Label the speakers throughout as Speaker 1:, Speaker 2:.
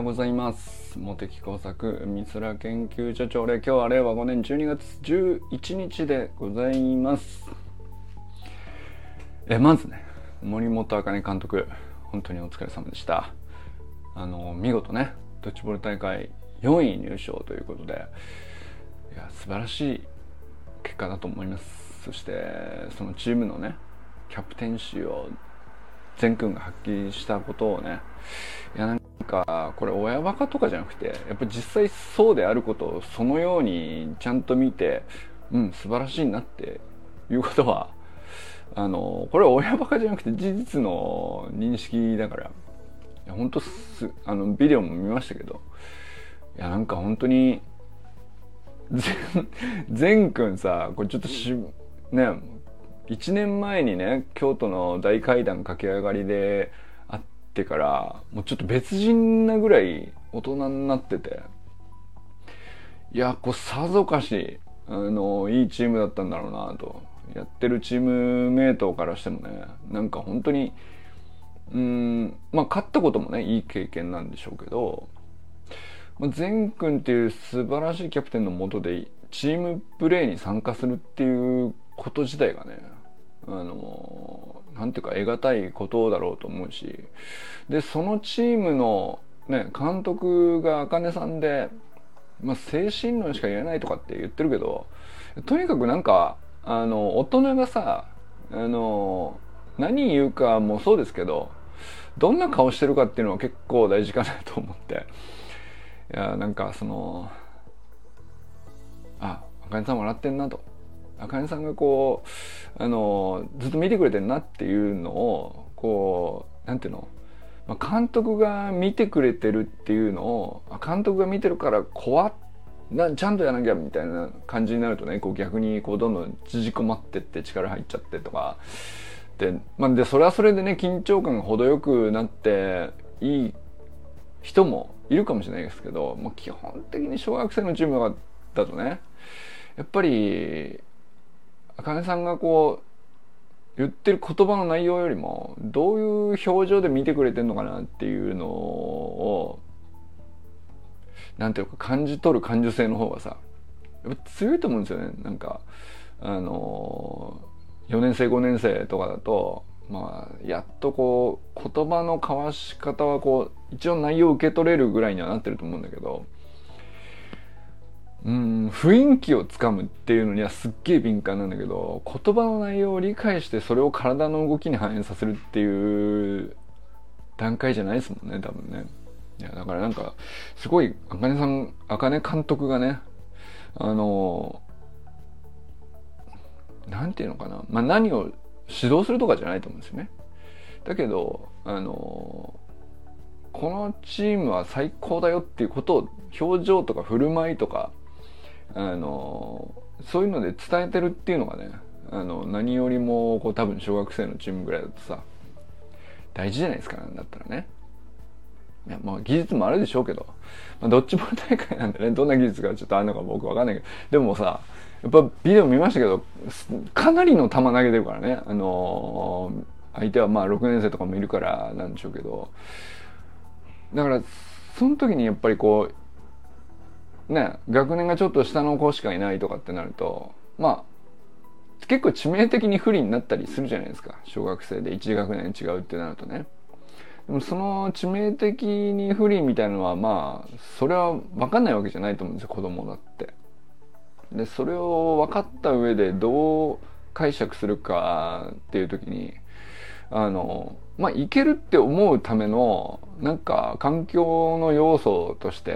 Speaker 1: ございます。茂木工作美空研究所長で、今日は令和5年12月11日でございます。まずね、森本茜監督、本当にお疲れ様でした。見事ね、ドッジボール大会4位入賞ということで、いや素晴らしい結果だと思います。そしてそのチームのね、キャプテンシーを全君が発揮したことをね、いやなんかこれ親バカとかじゃなくて、やっぱ実際そうであることをそのようにちゃんと見て、素晴らしいなっていうことは、これは親バカじゃなくて事実の認識だから、いや本当ビデオも見ましたけど、いやなんか本当に全君さ、これちょっとね、1年前にね、京都の大階段駆け上がりで会ってから、もうちょっと別人なぐらい大人になってて、いや、さぞかし、いいチームだったんだろうなと。やってるチームメイトからしてもね、なんか本当に、勝ったこともね、いい経験なんでしょうけど、全君っていう素晴らしいキャプテンの下でチームプレーに参加するっていうこと自体がね、なんていうか得難いことだろうと思うし、でそのチームのね、監督が茜さんで、精神論しか言えないとかって言ってるけど、とにかくなんか大人がさ、何言うかもそうですけど、どんな顔してるかっていうのは結構大事かなと思って、いやなんか茜さん笑ってんなと、茜さんがずっと見てくれてんなっていうのをなんていうの、監督が見てくれてるっていうのを、監督が見てるからちゃんとやらなきゃみたいな感じになるとね、逆にどんどん縮こまってって力入っちゃってとかで、それはそれでね、緊張感が程よくなっていい人もいるかもしれないですけど、基本的に小学生のチームだとね、やっぱり茜さんが言ってる言葉の内容よりも、どういう表情で見てくれてんのかなっていうのを、なんていうか感じ取る感受性の方がさ、やっぱ強いと思うんですよね。なんか4年生5年生とかだと、やっと言葉の交わし方は一応内容を受け取れるぐらいにはなってると思うんだけど、雰囲気をつかむっていうのにはすっげえ敏感なんだけど、言葉の内容を理解してそれを体の動きに反映させるっていう段階じゃないですもんね、多分ね。いやだからなんかすごい茜監督がね、なんていうのかな、何を指導するとかじゃないと思うんですよね。だけどこのチームは最高だよっていうことを表情とか振る舞いとかそういうので伝えてるっていうのがね、何よりも多分小学生のチームぐらいだとさ、大事じゃないですか。なんだったらね、いや技術もあるでしょうけど、ドッジボール大会なんでね、どんな技術がちょっとあるのか僕わかんないけど、でもさ、やっぱビデオ見ましたけど、かなりの球投げてるからね。相手は6年生とかもいるからなんでしょうけど、だからその時にやっぱり学年がちょっと下の子しかいないとかってなると、結構致命的に不利になったりするじゃないですか。小学生で1学年違うってなるとね。でもその致命的に不利みたいなのはそれは分かんないわけじゃないと思うんですよ、子供だって。でそれを分かった上でどう解釈するかっていう時に、いけるって思うためのなんか環境の要素として、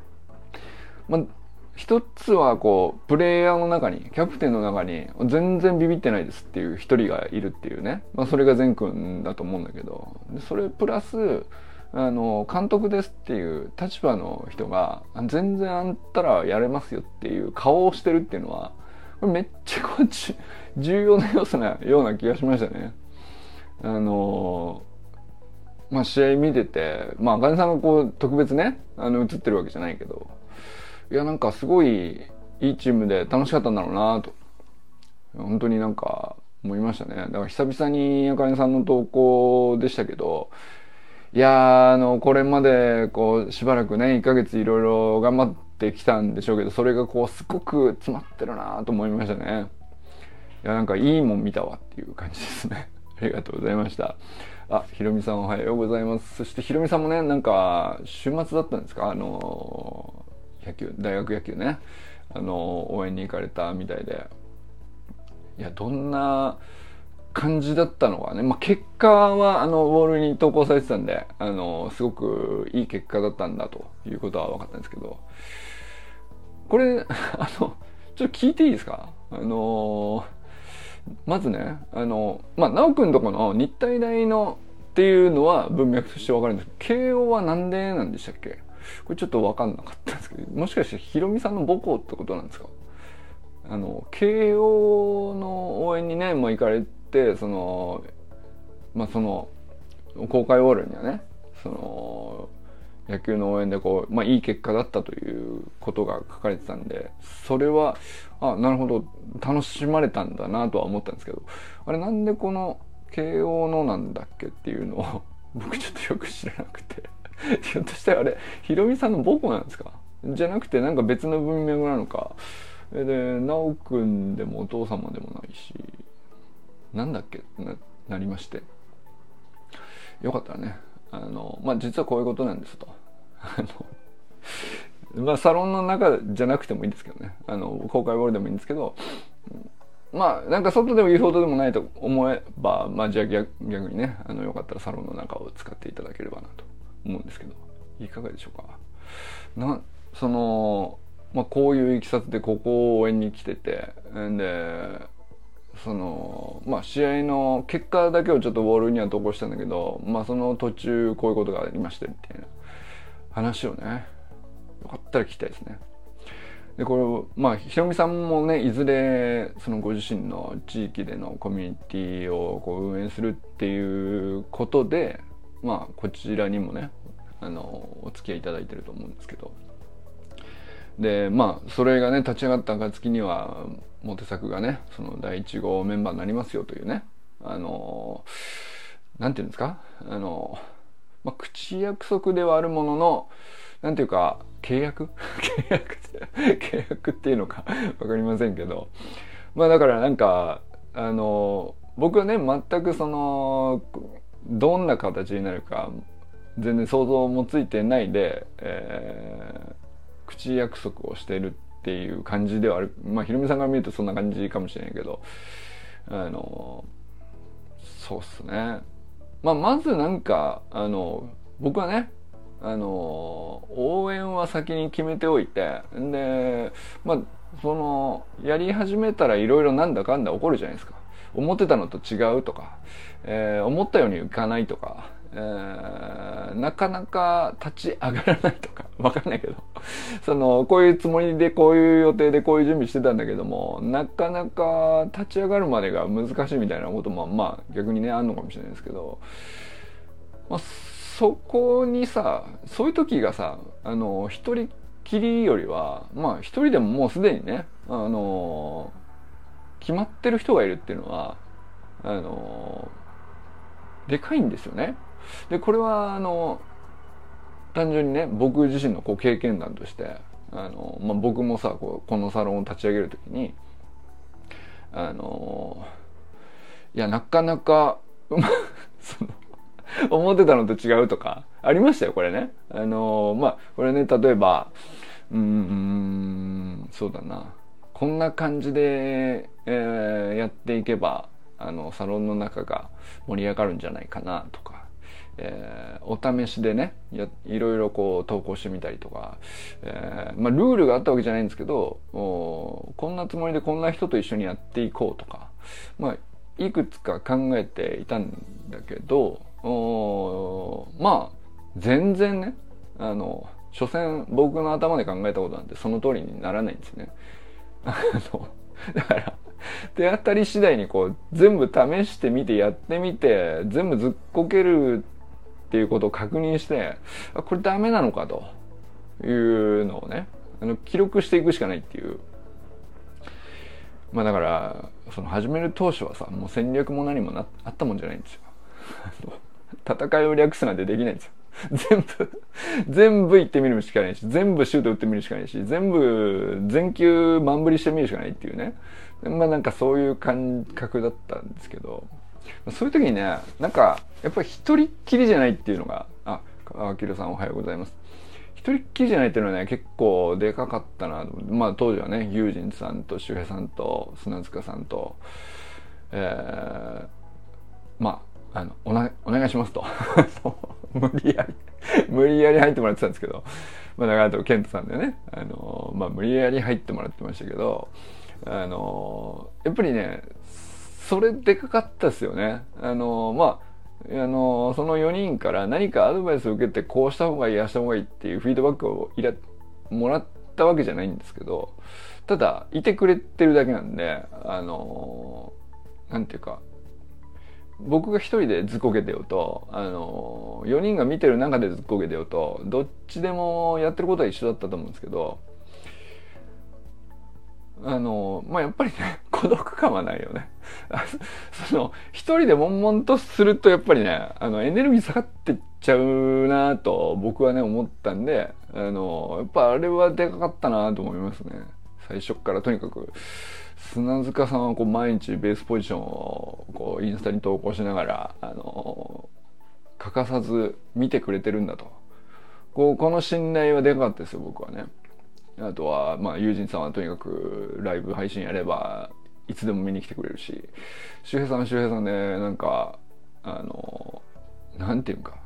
Speaker 1: 一つはプレイヤーの中に、キャプテンの中に全然ビビってないですっていう一人がいるっていうね、それが善くんだと思うんだけど、それプラス監督ですっていう立場の人が全然あんたらやれますよっていう顔をしてるっていうのは、これめっちゃ重要な要素なような気がしましたね。試合見てて、茜さんが特別ね映ってるわけじゃないけど、いやなんかすごいいいチームで楽しかったんだろうなと本当になんか思いましたね。だから久々に茜さんの投稿でしたけど、 いやこれまでこうしばらくね1ヶ月いろいろ頑張ってきたんでしょうけど、それがこうすごく詰まってるなと思いましたね。いやなんかいいもん見たわっていう感じですね。ありがとうございました。あ、ひろみさんおはようございます。そしてひろみさんもね、なんか週末だったんですか、野球、大学野球ね、応援に行かれたみたいで、いやどんな感じだったのかね、まあ、結果はウォールに投稿されてたんで、すごくいい結果だったんだということは分かったんですけど、これちょっと聞いていいですか。まずね、まあ、直くんとこの日体大のっていうのは文脈として分かるんですけど、慶応はなんでなんでしたっけ。これちょっと分かんなかったんですけど、もしかしてひろみさんの母校ってことなんですか。慶応の応援にね、もう行かれて、まあその公開ウォールにはね、野球の応援でこう、まあ、いい結果だったということが書かれてたんで、それはなるほど楽しまれたんだなとは思ったんですけど、あれなんでこの慶応のなんだっけっていうのを僕ちょっとよく知らなくてひょっとしたらあれひろみさんの母校なんですか、じゃなくてなんか別の文脈なのかで、直くんでもお父様でもないし、なんだっけなりまして、よかったらね、まあ実はこういうことなんですとまあサロンの中じゃなくてもいいんですけどね、公開ウォールでもいいんですけど、まあなんか外でも言うほどでもないと思えば、まあじゃあ逆にね、よかったらサロンの中を使っていただければなと思うんですけど、いかがでしょうか。まあこういういきさつでここを応援に来てて、でまあ試合の結果だけをちょっとウォールには投稿したんだけど、まあその途中こういうことがありましてみたいな話をね、よかったら聞きたいですね。でこれまあひろみさんもね、いずれそのご自身の地域でのコミュニティをこう運営するっていうことで、まあこちらにもねお付き合いいただいてると思うんですけど、でまあそれがね立ち上がった暁にはモテ作がねその第1号メンバーになりますよというね、なんていうんですか、まあ、口約束ではあるものの、なんていうか契約契約っていうのかわかりませんけど、まあだからなんか僕はね全くどんな形になるか全然想像もついてないで、口約束をしているっていう感じではある。まあひろみさんから見るとそんな感じかもしれないけど、そうっすね。まあまずなんか僕はね応援は先に決めておいて、でまあやり始めたらいろいろなんだかんだ起こるじゃないですか。思ってたのと違うとか、思ったようにいかないとか、なかなか立ち上がらないとかわかんないけどこういうつもりでこういう予定でこういう準備してたんだけども、なかなか立ち上がるまでが難しいみたいなこともまあ逆にねあんのかもしれないですけど、まあ、そこにさ、そういう時がさ一人きりよりはまあ一人でももうすでにね決まってる人がいるっていうのはでかいんですよね。でこれは単純にね僕自身のこう経験談としてまあ、僕もさこのサロンを立ち上げる時にいやなかなか思ってたのと違うとかありましたよこれね。まあこれね例えばそうだな、こんな感じで、やっていけばサロンの中が盛り上がるんじゃないかなとか、お試しでねいろいろこう投稿してみたりとか、まあ、ルールがあったわけじゃないんですけどこんなつもりでこんな人と一緒にやっていこうとか、まあ、いくつか考えていたんだけどまあ全然ね所詮僕の頭で考えたことなんてその通りにならないんですね。だから手当たり次第にこう全部試してみてやってみて全部ずっこけるっていうことを確認してこれダメなのかというのをね記録していくしかないっていう。まあだから始める当初はさもう戦略も何もあったもんじゃないんですよ。 戦いを略すなんてできないんですよ。全部行ってみるしかないし、全部シュート打ってみるしかないし、全球満振りしてみるしかないっていうね。まあなんかそういう感覚だったんですけど、そういう時にね、なんかやっぱり一人っきりじゃないっていうのが、あきらさんおはようございます。一人っきりじゃないっていうのはね、結構でかかったなと思って。まあ当時はね、ユージンさんと周平さんと砂塚さんと、まあ、お願いしますと。無理やり入ってもらってたんですけど、まあ、あと、ケントさんでね、まあ、無理やり入ってもらってましたけど、やっぱりね、それでかかったですよね。まあ、その4人から何かアドバイスを受けて、こうした方がいい、ああした方がいいっていうフィードバックをもらったわけじゃないんですけど、ただ、いてくれてるだけなんで、なんていうか、僕が一人でずっこけてようと、4人が見てる中でずっこけてようと、どっちでもやってることは一緒だったと思うんですけど、まあ、やっぱりね、孤独感はないよね。一人で悶々とすると、やっぱりね、エネルギー下がってっちゃうなと僕はね、思ったんで、やっぱあれはでかかったなと思いますね。最初からとにかく、砂塚さんはこう毎日ベースポジションをこうインスタに投稿しながら、欠かさず見てくれてるんだと。この信頼はでかかったですよ、僕はね。あとは、まあ、ユージンさんはとにかくライブ配信やれば、いつでも見に来てくれるし、周平さんは周平さんで、なんか、なんていうか、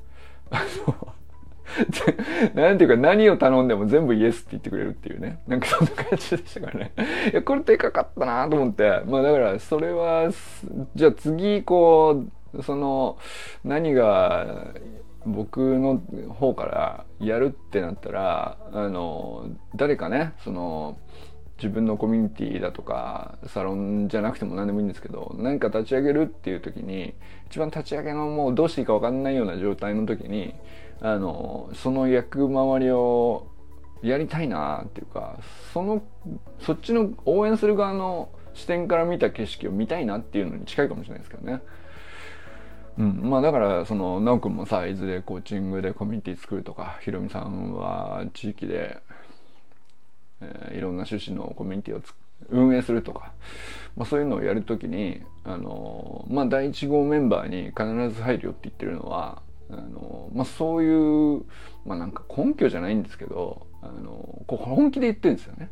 Speaker 1: なんていうか何を頼んでも全部イエスって言ってくれるっていうね。なんかそんな感じでしたからね。いや、これでかかったなと思って。まあだからそれは、じゃあ次こう、何が僕の方からやるってなったら、誰かね、自分のコミュニティだとかサロンじゃなくても何でもいいんですけど、何か立ち上げるっていう時に、一番立ち上げのもうどうしていいか分かんないような状態の時に、その役回りをやりたいなっていうか、そっちの応援する側の視点から見た景色を見たいなっていうのに近いかもしれないですけどね。うん、まあだからなおくんもさ、いずれコーチングでコミュニティ作るとか、ひろみさんは地域で、いろんな趣旨のコミュニティを運営するとか、まあ、そういうのをやるときにまあ第1号メンバーに必ず入るよって言ってるのはまあそういうまあなんか根拠じゃないんですけどこう本気で言ってるんですよね。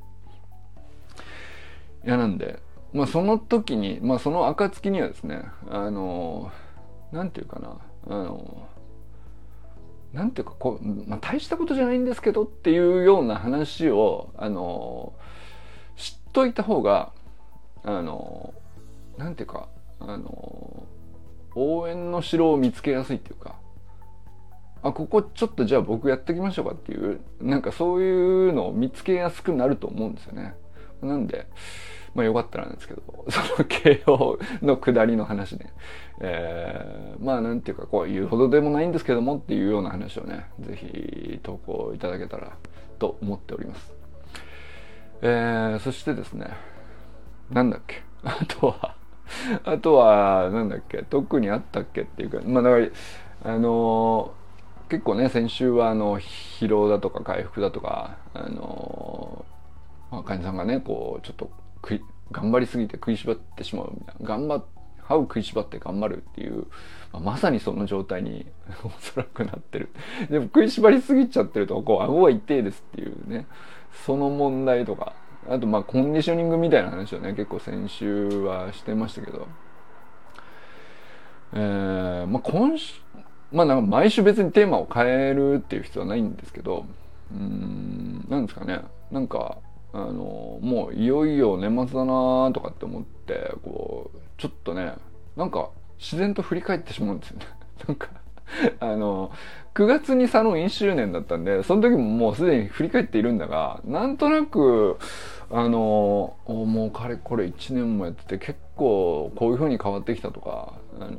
Speaker 1: いやなんでまあその時にまあその暁にはですねなんていうかななんていうかまあ、大したことじゃないんですけどっていうような話を知っといた方がなんていうか応援の城を見つけやすいっていうか、ここちょっとじゃあ僕やっていきましょうかっていうなんかそういうのを見つけやすくなると思うんですよね。なんでまあよかったらなんですけど、その慶応の下りの話ね、まあなんていうかこう言うほどでもないんですけどもっていうような話をね、ぜひ投稿いただけたらと思っております。そしてですね、なんだっけ、あとはなんだっけ、特にあったっけっていうか、まあだから結構ね先週は疲労だとか回復だとかまあ、患者さんがねこうちょっと頑張りすぎて食いしばってしまうみたいな、歯を食いしばって頑張るっていう、まさにその状態におそらくなってる。でも食いしばりすぎちゃってるとこう顎が痛いですっていうね、その問題とか、あとまあコンディショニングみたいな話をね結構先週はしてましたけど、まあまあなんか毎週別にテーマを変えるっていう必要はないんですけど、なんですかね、なんかもういよいよ年末だなとかって思ってこうちょっとねなんか自然と振り返ってしまうんですよね。なんか9月にサロン1周年だったんで、その時ももうすでに振り返っているんだが、なんとなくもうかれこれ1年もやってて結構こういう風に変わってきたとか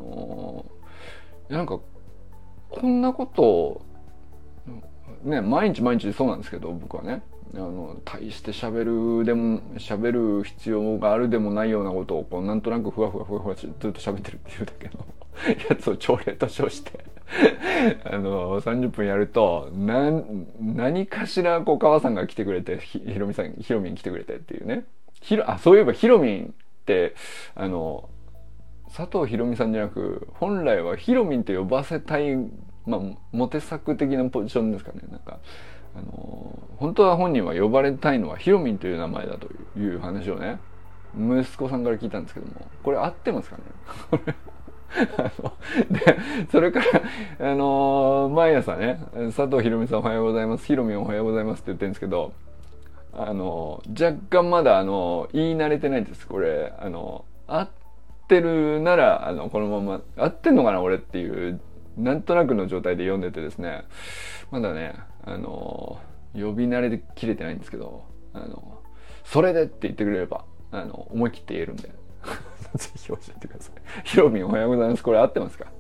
Speaker 1: なんかこんなことをね毎日そうなんですけど、僕はね大して喋る必要があるでもないようなことをこうなんとなくふわふわずっと喋ってるっていうだけのやつを朝礼と称して30分やると何かしらこう川さんが来てくれてひろみん来てくれてっていうね。そういえばひろみんって佐藤ひろみさんじゃなく本来はひろみんって呼ばせたい、モテ作的なポジションですかね。なんか本当は本人は呼ばれたいのはひろみんという名前だという話をね息子さんから聞いたんですけども、これ合ってますかねでそれから毎朝ね佐藤ひろみさんおはようございます、ひろみんおはようございますって言ってるんですけど、若干まだ言い慣れてないです。これ合ってるならこのまま合ってんのかな俺っていうなんとなくの状態で読んでてですね、まだね呼び慣れできれてないんですけど、それでって言ってくれれば思い切って言えるんでぜひ教えてください。ひろみんおはようございます。これ合ってますか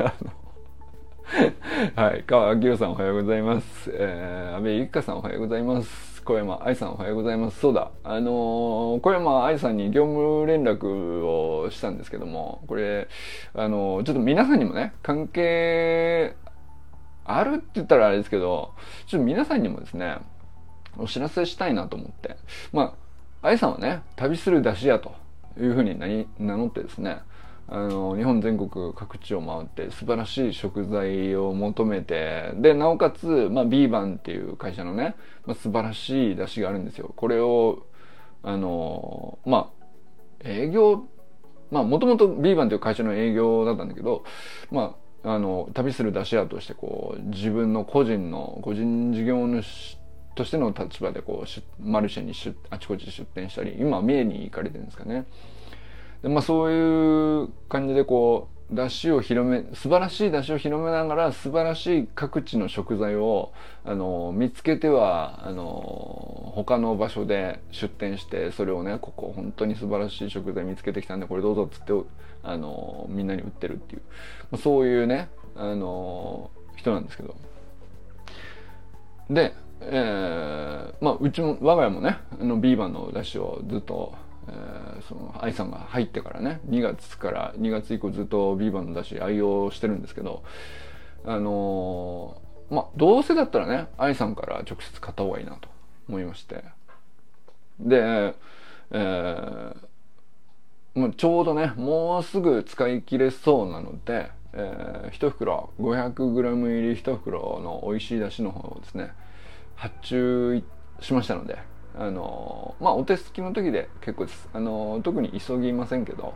Speaker 1: はい、川明さんおはようございます。安倍ゆきかさんおはようございます。小山愛さんおはようございます。そうだ、小山愛さんに業務連絡をしたんですけども、これちょっと皆さんにもね関係あるって言ったらあれですけど、ちょっと皆さんにもですねお知らせしたいなと思って、愛さんはね旅する出汁屋というふうに名乗ってですね、日本全国各地を回って素晴らしい食材を求めて、でなおかつ、ビーバンっていう会社のね、素晴らしい出汁があるんですよ。これを営業もともとビーバンという会社の営業だったんだけど、旅する出汁屋としてこう自分の個人事業主としての立場でこうマルシェにあちこち出店したり、今は三重に行かれてるんですかね。でそういう感じでこう素晴らしい出汁を広めながら素晴らしい各地の食材を見つけては他の場所で出店して、それをねここ本当に素晴らしい食材見つけてきたんでこれどうぞっつってみんなに売ってるっていうそういうね人なんですけど、で我が家もねビーバンの出汁をずっとその愛さんが入ってからね2月以降ずっとビーバンの出汁愛用してるんですけど、どうせだったらね愛さんから直接買った方がいいなと思いまして、で、ちょうどねもうすぐ使い切れそうなので、1袋 500g 入り1袋の美味しい出汁の方をですね発注しましたので、お手すきの時で結構です。特に急ぎませんけど、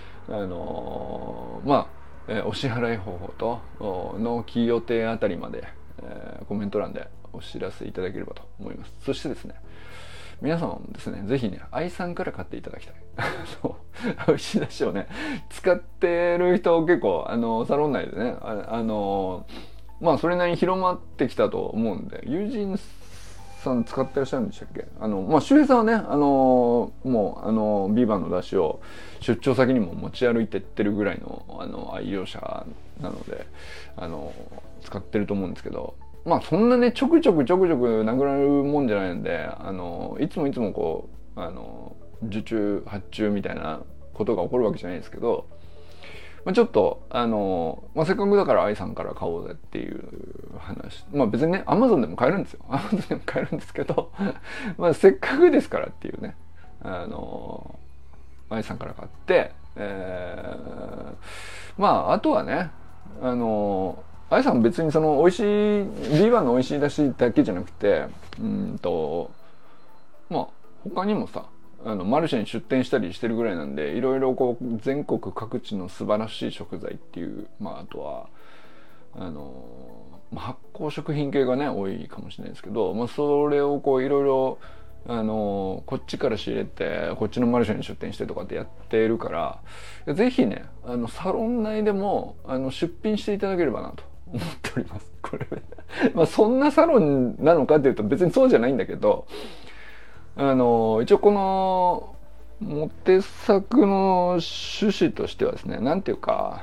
Speaker 1: お支払い方法と納期予定あたりまで、コメント欄でお知らせいただければと思います。そしてですね皆さんもですねぜひね愛さんから買っていただきたい美味しい出汁をね使ってる人結構サロン内でねそれなりに広まってきたと思うんで、友人さん使ってらっしゃるんでしたっけ。周平さんはねもうビーバンの出汁を出張先にも持ち歩いてってるぐらいの愛用者なので使ってると思うんですけど、そんなねちょくちょくなくなるもんじゃないんでいつもこう受注発注みたいなことが起こるわけじゃないですけど、ちょっとせっかくだから愛さんから買おうぜっていう話、別にね Amazon でも買えるんですよ。Amazon でも買えるんですけどせっかくですからっていうね愛さんから買って、あとはね愛さん別にその美味しいビーバンの美味しい出汁だけじゃなくて他にもさマルシェに出店したりしてるぐらいなんで、いろいろこう全国各地の素晴らしい食材っていうあとは発酵食品系がね多いかもしれないですけど、それをこういろいろこっちから仕入れてこっちのマルシェに出店してとかってやってるから、ぜひねサロン内でも出品していただければなと思っております。これそんなサロンなのかっていうと別にそうじゃないんだけど、一応このモテ作の趣旨としてはですね、なんていうか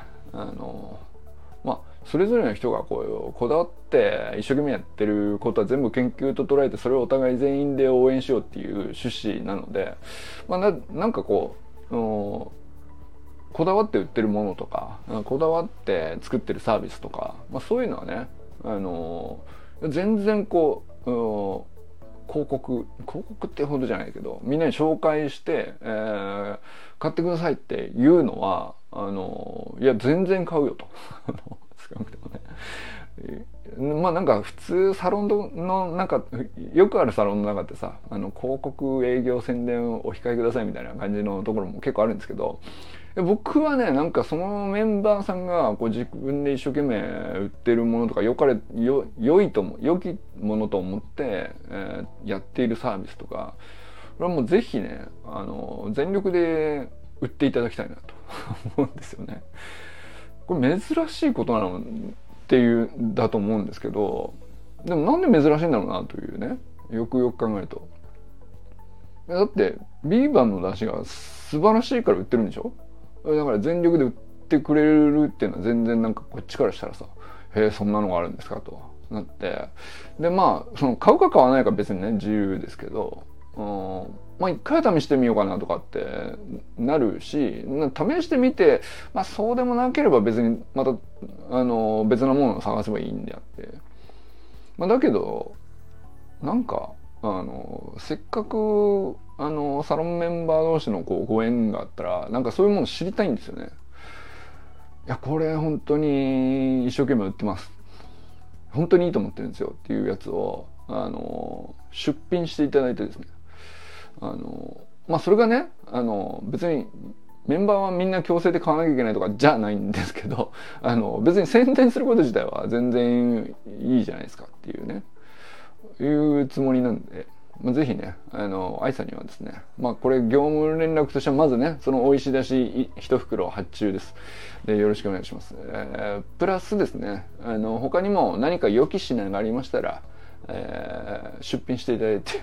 Speaker 1: それぞれの人がこうこだわって一生懸命やってることは全部研究と捉えて、それをお互い全員で応援しようっていう趣旨なので、なんかこうこだわって売ってるものとかこだわって作ってるサービスとか、そういうのはね、全然こう、広告ってほどじゃないけど、みんなに紹介して、買ってくださいっていうのは、いや全然買うよと少なくてもね。なんか普通サロンの中、よくあるサロンの中ってさ、広告営業宣伝をお控えくださいみたいな感じのところも結構あるんですけど、僕はね、なんかそのメンバーさんがこう自分で一生懸命売ってるものとか良きものと思って、やっているサービスとか、これはもうぜひね、全力で売っていただきたいなと思うんですよね。これ珍しいことなのっていうだと思うんですけど、でもなんで珍しいんだろうなというね、よくよく考えると。だってビーバンの出汁が素晴らしいから売ってるんでしょ。だから全力で売ってくれるっていうのは全然なんかこっちからしたらさ、へえそんなのがあるんですかとなって、でその買うか買わないか別にね自由ですけど、一回試してみようかなとかってなるし、試してみて、そうでもなければ別にまた別なものを探せばいいんであって、だけどなんかせっかくサロンメンバー同士のこうご縁があったら、なんかそういうもの知りたいんですよね。いやこれ本当に一生懸命売ってます、本当にいいと思ってるんですよっていうやつを出品していただいてですね、それがね別にメンバーはみんな強制で買わなきゃいけないとかじゃないんですけど、別に宣伝すること自体は全然いいじゃないですかっていうね、いうつもりなんで、ぜひね愛さんにはですね、これ業務連絡としてはまずね、その美味しいだし一袋発注です。でよろしくお願いします。プラスですね、他にも何か予期しないがありましたら、出品していただいて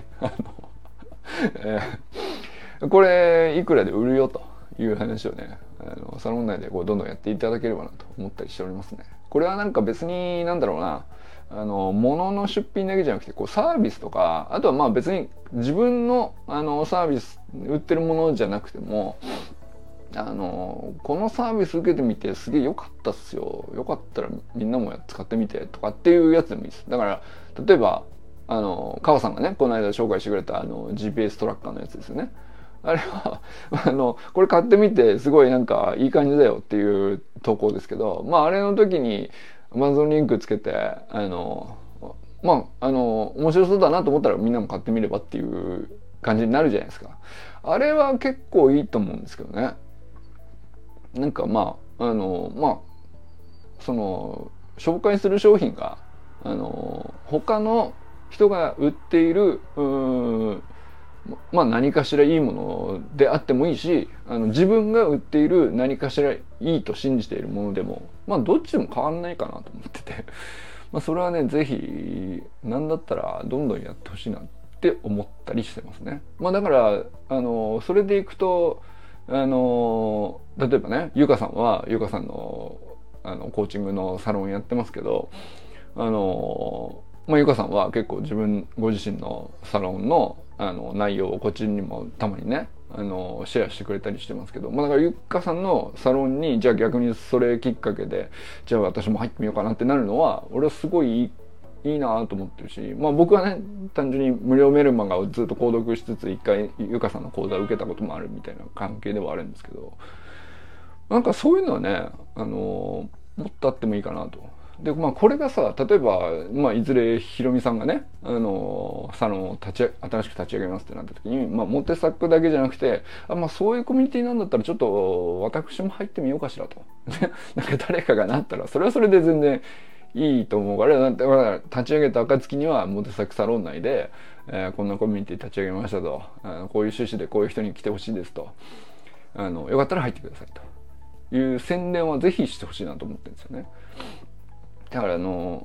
Speaker 1: これいくらで売るよという話をね、サロン内でこうどんどんやっていただければなと思ったりしておりますね。これはなんか別になんだろうな、物の出品だけじゃなくてこうサービスとか、あとは別に自分のサービス売ってるものじゃなくても、このサービス受けてみてすげえ良かったっすよ、よかったらみんなも使ってみてとかっていうやつでもいいです。だから例えば川さんがねこの間紹介してくれたGPS トラッカーのやつですよね。あれはこれ買ってみてすごいなんかいい感じだよっていう投稿ですけど、あれの時に Amazon リンクつけて面白そうだなと思ったらみんなも買ってみればっていう感じになるじゃないですか。あれは結構いいと思うんですけどね。なんかその紹介する商品が他の人が売っている何かしらいいものであってもいいし、自分が売っている何かしらいいと信じているものでもどっちでも変わんないかなと思っててそれはねぜひ何だったらどんどんやってほしいなって思ったりしてますね。だからそれでいくと例えばね、ゆかさんはゆかさんのコーチングのサロンやってますけど、ゆかさんは結構ご自身のサロンの内容をこっちにもたまにねシェアしてくれたりしてますけど、だからゆかさんのサロンにじゃあ逆にそれきっかけでじゃあ私も入ってみようかなってなるのは俺はすごいいいなと思ってるし、僕はね単純に無料メルマガをずっと購読しつつ一回ゆかさんの講座を受けたこともあるみたいな関係ではあるんですけど、なんかそういうのはねもっとあってもいいかなと。でこれがさ、例えば、いずれひろみさんがねサロンを新しく立ち上げますってなった時に、モテサックだけじゃなくてそういうコミュニティなんだったらちょっと私も入ってみようかしらとなんか誰かがなったらそれはそれで全然いいと思うから、立ち上げた暁にはモテサックサロン内で、こんなコミュニティ立ち上げましたと、こういう趣旨でこういう人に来てほしいですと、よかったら入ってくださいという宣伝はぜひしてほしいなと思ってるんですよね。だから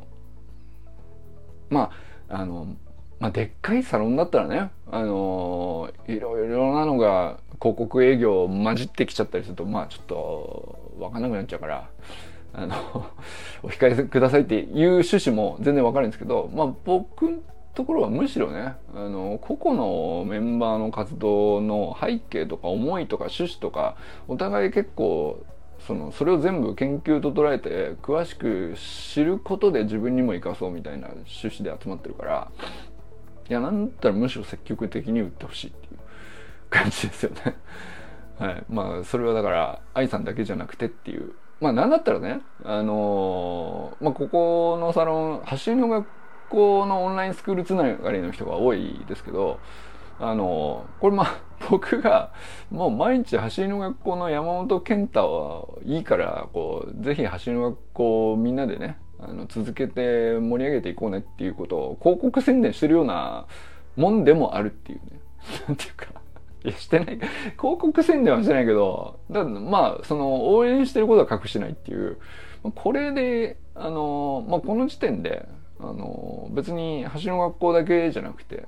Speaker 1: でっかいサロンだったらねいろいろなのが広告営業混じってきちゃったりするとちょっと分かんなくなっちゃうからお控えくださいっていう趣旨も全然分かるんですけど、僕のところはむしろね個々のメンバーの活動の背景とか思いとか趣旨とかお互い結構それを全部研究と捉えて詳しく知ることで自分にも生かそうみたいな趣旨で集まってるから、いやなんだったらむしろ積極的に売ってほしいっていう感じですよね。はい、まあそれはだから愛さんだけじゃなくてっていう、まあなんだったらね、まあここのサロン走りの学校のオンラインスクールつながりの人が多いですけど、これまあ僕がもう毎日走りの学校の山本健太はいいからこうぜひ走りの学校をみんなでね続けて盛り上げていこうねっていうことを広告宣伝してるようなもんでもあるっていうね。なんていうか、いやしてない、広告宣伝はしてないけど、だまあその応援してることは隠してないっていう、これでまあこの時点で別に走りの学校だけじゃなくて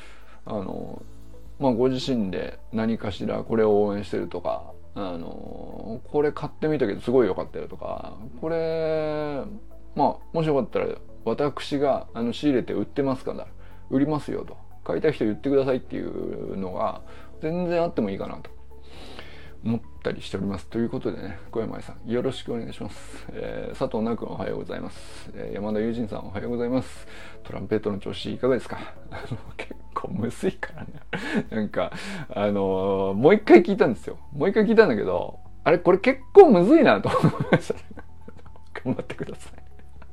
Speaker 1: まあご自身で何かしらこれを応援してるとか、これ買ってみたけどすごい良かったよとか、これまあもしよかったら私が仕入れて売ってますから売りますよと、買いたい人言ってくださいっていうのが全然あってもいいかなと思ったりしております。ということでね、小山愛さんよろしくお願いします。佐藤直君おはようございます。山田友人さんおはようございます。トランペットの調子いかがですか？結構むずいからね。なんかもう一回聞いたんですよ。もう一回聞いたんだけど、あれこれ結構むずいなと思いました。頑張ってください。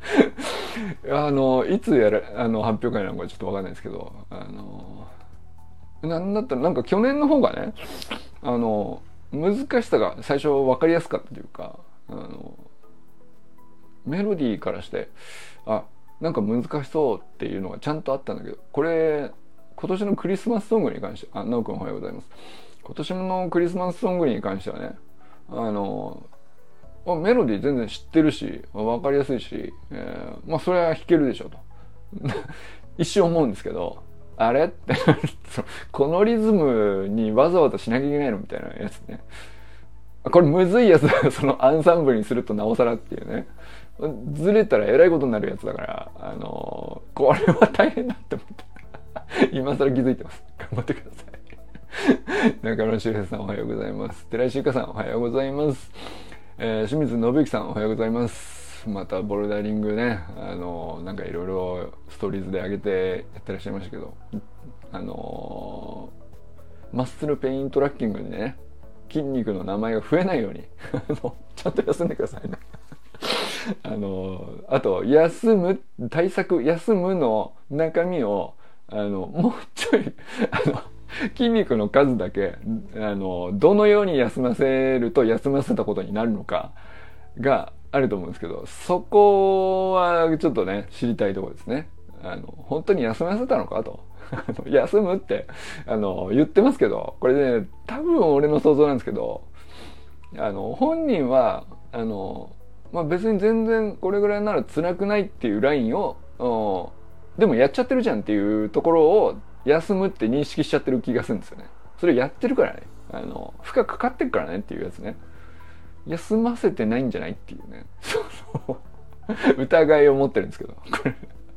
Speaker 1: いつ発表会なのかちょっとわかんないですけど、なんだったらなんか去年の方がね、難しさが最初分かりやすかったというか、メロディーからしてなんか難しそうっていうのがちゃんとあったんだけど、これ今年のクリスマスソングに関してなおくんおはようございます。今年のクリスマスソングに関してはね、メロディー全然知ってるし分かりやすいし、まあそれは弾けるでしょと一瞬思うんですけど、あれってこのリズムにわざわざしなきゃいけないのみたいなやつね。これむずいやつだ。そのアンサンブルにするとなおさらっていうね。ずれたらえらいことになるやつだから、これは大変だって思って今更気づいてます。頑張ってください。中村修平さんおはようございます。寺石ゆかさんおはようございます。清水信之さんおはようございます。またボルダリングね、なんかいろいろストーリーズで上げてやってらっしゃいましたけど、マッスルペイントラッキングにね、筋肉の名前が増えないようにちゃんと休んでくださいね。あと対策休むの中身をもうちょい筋肉の数だけどのように休ませると休ませたことになるのかがあると思うんですけど、そこはちょっとね知りたいところですね。本当に休ませたのかと休むって言ってますけど、これね多分俺の想像なんですけど、本人はまあ、別に全然これぐらいなら辛くないっていうラインをでもやっちゃってるじゃんっていうところを休むって認識しちゃってる気がするんですよね。それやってるからね、負荷かかってるからねっていうやつね。休ませてないんじゃないっていうね疑いを持ってるんですけどこれ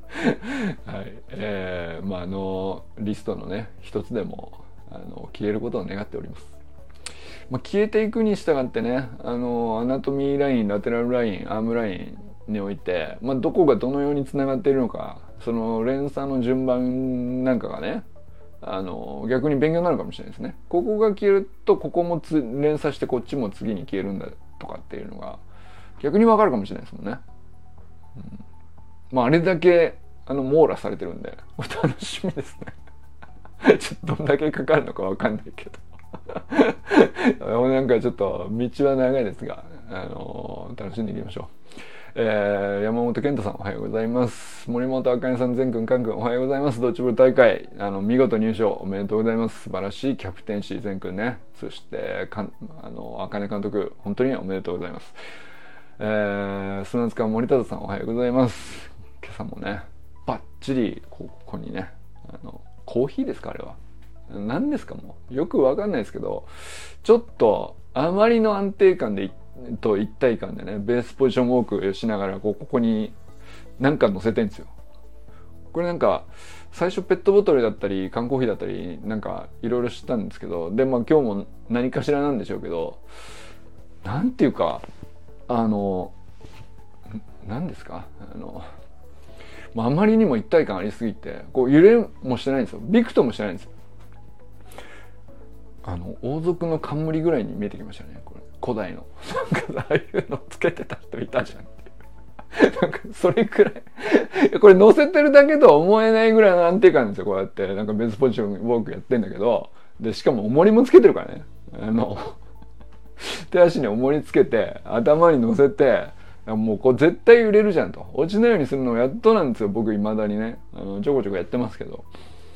Speaker 1: はい、まあリストのね一つでも消えることを願っております。まあ、消えていくに従ってね、アナトミーライン、ラテラルライン、アームラインにおいて、まあ、どこがどのようにつながっているのか、その連鎖の順番なんかがね、逆に勉強になるかもしれないですね。ここが消えるとここも連鎖してこっちも次に消えるんだとかっていうのが逆にわかるかもしれないですもんね。まああれだけ網羅されてるんで楽しみですね。ちょっとどんだけかかるのかわかんないけど。なんかちょっと道は長いですが、楽しんでいきましょう。山本健太さんおはようございます。森本あかねさん、善くん、かんくんおはようございます。ドッジボール大会見事入賞おめでとうございます。素晴らしいキャプテンシー善くんね、そしてあかね監督本当におめでとうございます。砂塚森忠さんおはようございます。今朝もねバッチリここにねコーヒーですか、あれは何ですか、もうよくわかんないですけど、ちょっとあまりの安定感でと一体感でねベースポジションウォークしながらここに何か乗せてんですよ。これなんか最初ペットボトルだったり缶コーヒーだったりなんかいろいろ知ったんですけど、でまあ今日も何かしらなんでしょうけど、なんていうか何ですか、あまりにも一体感ありすぎてこう揺れもしてないんですよ。びくともしてないんですよ。王族の冠ぐらいに見えてきましたね、これ古代の。なんかああいうのつけてた人いたじゃんっていう。なんかそれくらいこれ乗せてるだけとは思えないぐらいの安定感ですよ。こうやってなんかベースポジションウォークやってんだけど、でしかも重りもつけてるからね。手足に重りつけて頭に乗せて、もうこう絶対揺れるじゃんと。落ちないようにするのをやっとなんですよ、僕未だにね。ちょこちょこやってますけど、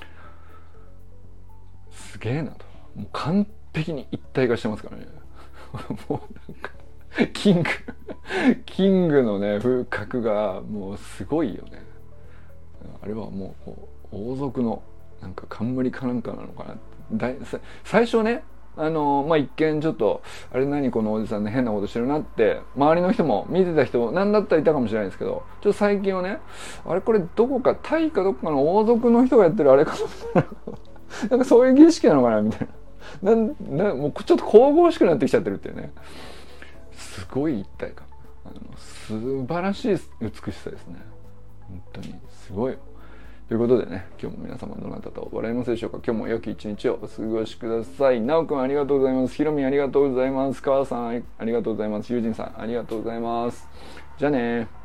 Speaker 1: すげえなと。もう完璧に一体化してますからね。もうなんかキングのね風格がもうすごいよね。あれはもうこう王族のなんか冠かなんかなのかな。最初ね、一見ちょっとあれ何このおじさんね変なことしてるなって周りの人も見てた人何だったらいたかもしれないですけど、ちょっと最近はね、あれこれどこかタイかどっかの王族の人がやってるあれかななんかそういう儀式なのかなみたいな。もうちょっと神々しくなってきちゃってるっていうね。すごい一体感。素晴らしい美しさですね。本当にすごい。ということでね、今日も皆様どなたと笑いますでしょうか。今日も良き一日をお過ごしください。なおくんありがとうございます。ひろみありがとうございます。川さんありがとうございます。ゆうじんさんありがとうございます。じゃあね。